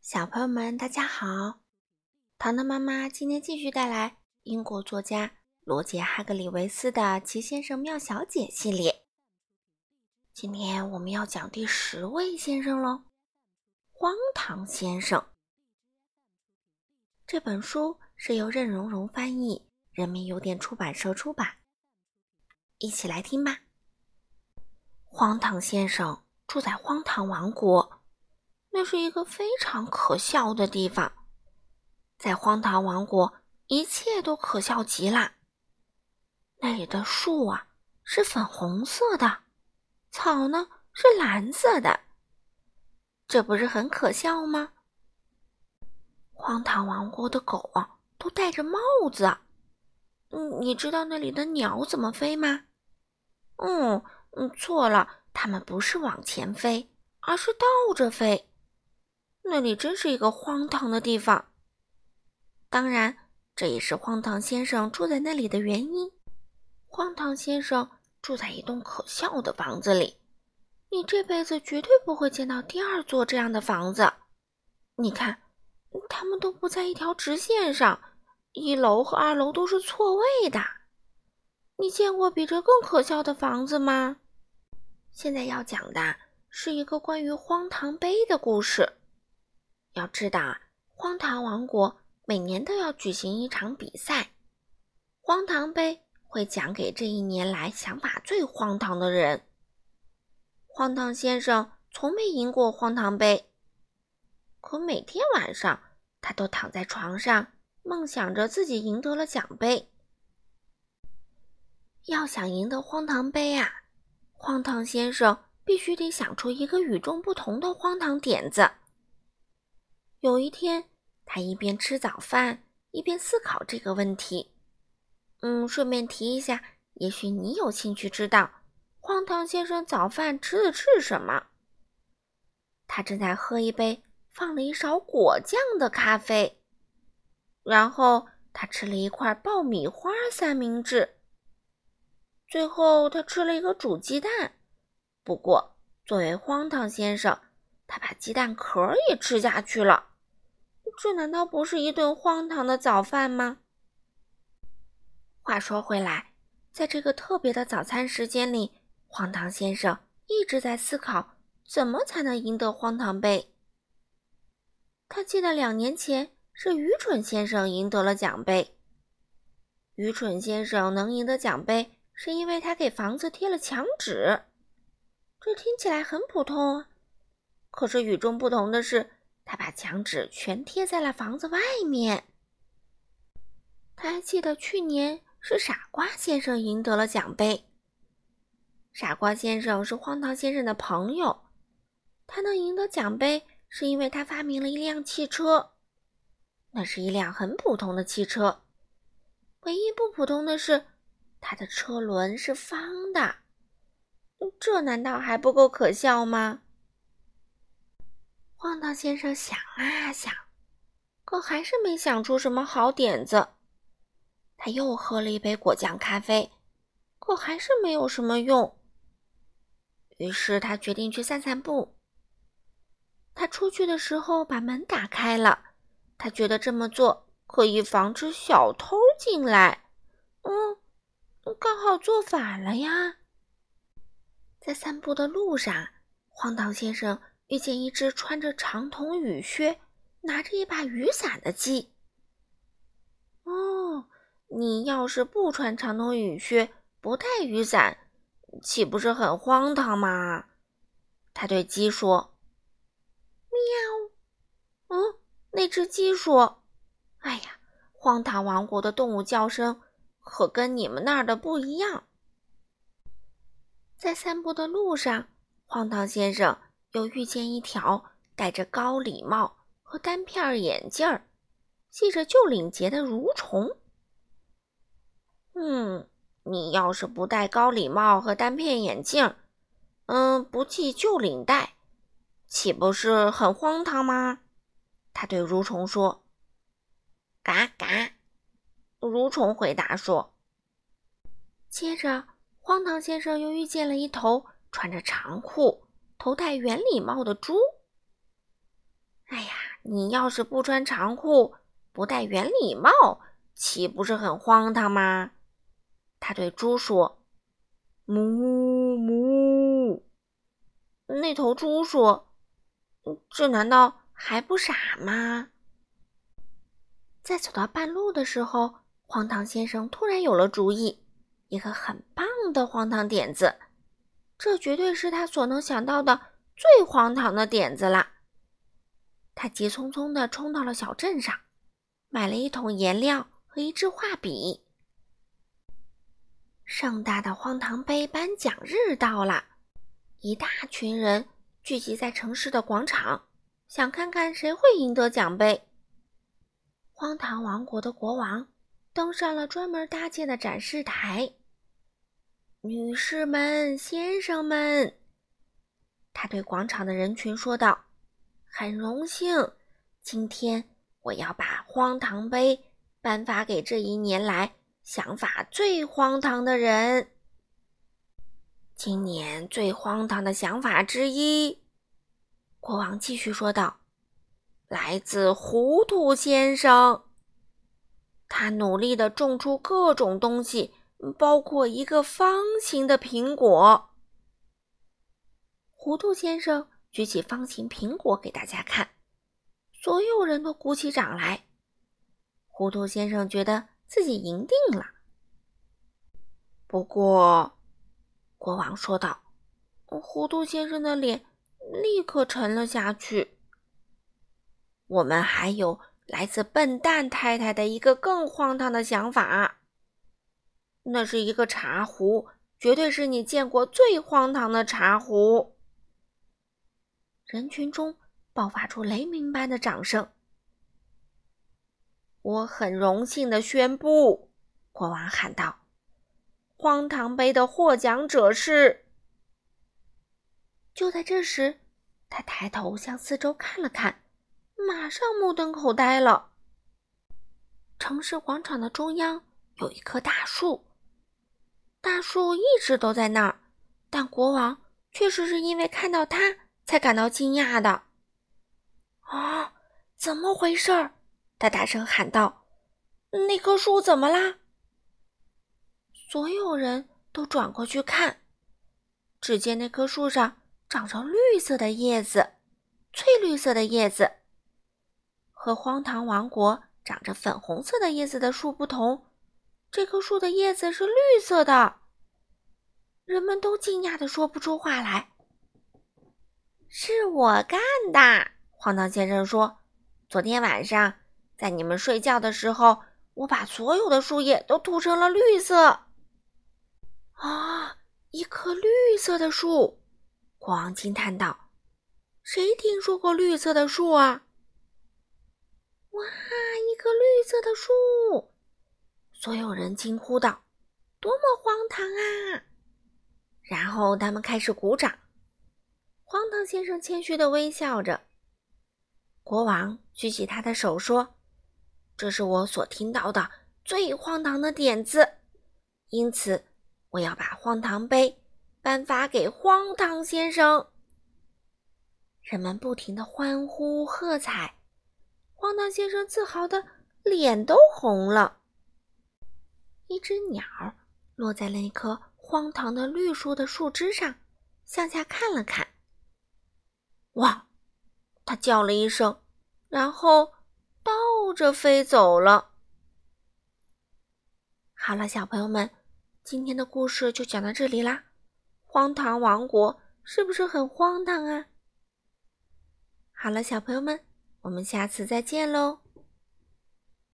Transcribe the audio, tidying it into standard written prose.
小朋友们，大家好！糖糖妈妈今天继续带来英国作家罗杰·哈格里维斯的《奇先生妙小姐》系列。今天我们要讲第10位先生喽，荒唐先生。这本书是由任溶溶翻译，人民邮电出版社出版。一起来听吧。荒唐先生住在荒唐王国，那是一个非常可笑的地方。在荒唐王国，一切都可笑极了。那里的树啊，是粉红色的，草呢是蓝色的，这不是很可笑吗？荒唐王国的狗啊，都戴着帽子。你知道那里的鸟怎么飞吗？错了，它们不是往前飞，而是倒着飞。那里真是一个荒唐的地方。当然，这也是荒唐先生住在那里的原因。荒唐先生住在一栋可笑的房子里，你这辈子绝对不会见到第二座这样的房子。你看，它们都不在一条直线上，1楼和2楼都是错位的。你见过比这更可笑的房子吗？现在要讲的是一个关于荒唐杯的故事。要知道，荒唐王国每年都要举行一场比赛，荒唐杯会奖给这一年来想法最荒唐的人。荒唐先生从没赢过荒唐杯，可每天晚上他都躺在床上，梦想着自己赢得了奖杯。要想赢得荒唐杯啊，荒唐先生必须得想出一个与众不同的荒唐点子。有一天，他一边吃早饭，一边思考这个问题。顺便提一下，也许你有兴趣知道，荒唐先生早饭吃的是什么？他正在喝一杯放了一勺果酱的咖啡，然后他吃了一块爆米花三明治，最后他吃了一个煮鸡蛋。不过，作为荒唐先生，他把鸡蛋壳也吃下去了。这难道不是一顿荒唐的早饭吗？话说回来，在这个特别的早餐时间里，荒唐先生一直在思考怎么才能赢得荒唐杯。他记得2年前是愚蠢先生赢得了奖杯。愚蠢先生能赢得奖杯，是因为他给房子贴了墙纸。这听起来很普通啊，可是与众不同的是，他把墙纸全贴在了房子外面。他还记得去年是傻瓜先生赢得了奖杯。傻瓜先生是荒唐先生的朋友，他能赢得奖杯是因为他发明了一辆汽车。那是一辆很普通的汽车，唯一不普通的是，他的车轮是方的。这难道还不够可笑吗？荒唐先生想啊想，可还是没想出什么好点子。他又喝了一杯果酱咖啡，可还是没有什么用。于是他决定去散散步。他出去的时候把门打开了，他觉得这么做可以防止小偷进来。刚好做反了呀。在散步的路上，荒唐先生遇见一只穿着长筒雨靴，拿着一把雨伞的鸡。你要是不穿长筒雨靴，不带雨伞，岂不是很荒唐吗？他对鸡说。喵。那只鸡说，哎呀，荒唐王国的动物叫声可跟你们那儿的不一样。在散步的路上，荒唐先生又遇见一条戴着高礼帽和单片眼镜儿，系着旧领结的蠕虫。你要是不戴高礼帽和单片眼镜，不系旧领带，岂不是很荒唐吗？他对蠕虫说。嘎嘎，蠕虫回答说。接着，荒唐先生又遇见了一头穿着长裤、头戴圆礼帽的猪。哎呀， 你要是不穿长裤，不戴圆礼帽，岂不是很荒唐吗？他对猪说。哞哞。那头猪说，这难道还不傻吗？在走到半路的时候，荒唐先生突然有了主意，一个很棒的荒唐点子。这绝对是他所能想到的最荒唐的点子啦！他急匆匆地冲到了小镇上，买了一桶颜料和一支画笔。盛大的荒唐杯颁奖日到了，一大群人聚集在城市的广场，想看看谁会赢得奖杯。荒唐王国的国王登上了专门搭建的展示台。女士们、先生们，他对广场的人群说道，很荣幸，今天我要把荒唐杯颁发给这一年来想法最荒唐的人。今年最荒唐的想法之一，国王继续说道，来自糊涂先生。他努力地种出各种东西，包括一个方形的苹果。糊涂先生举起方形苹果给大家看，所有人都鼓起掌来。糊涂先生觉得自己赢定了。不过，国王说道，糊涂先生的脸立刻沉了下去。我们还有来自笨蛋太太的一个更荒唐的想法。那是一个茶壶，绝对是你见过最荒唐的茶壶。人群中爆发出雷鸣般的掌声。我很荣幸地宣布，国王喊道，荒唐杯的获奖者是……就在这时，他抬头向四周看了看，马上目瞪口呆了。城市广场的中央有一棵大树，大树一直都在那儿，但国王确实是因为看到它才感到惊讶的。啊，怎么回事儿？他大声喊道，那棵树怎么啦？所有人都转过去看，只见那棵树上长着绿色的叶子，翠绿色的叶子。和荒唐王国长着粉红色的叶子的树不同，这棵树的叶子是绿色的。人们都惊讶地说不出话来。是我干的，荒唐先生说，昨天晚上在你们睡觉的时候，我把所有的树叶都涂成了绿色。啊，一棵绿色的树！国王惊叹道，谁听说过绿色的树啊？哇，一棵绿色的树！所有人惊呼道，多么荒唐啊！然后他们开始鼓掌。荒唐先生谦虚地微笑着。国王举起他的手说，这是我所听到的最荒唐的点子，因此我要把荒唐杯颁发给荒唐先生。人们不停地欢呼喝彩，荒唐先生自豪的脸都红了。一只鸟落在那棵荒唐的绿树的树枝上，向下看了看。哇！他叫了一声，然后倒着飞走了。好了，小朋友们，今天的故事就讲到这里啦。荒唐王国是不是很荒唐啊？好了，小朋友们，我们下次再见喽。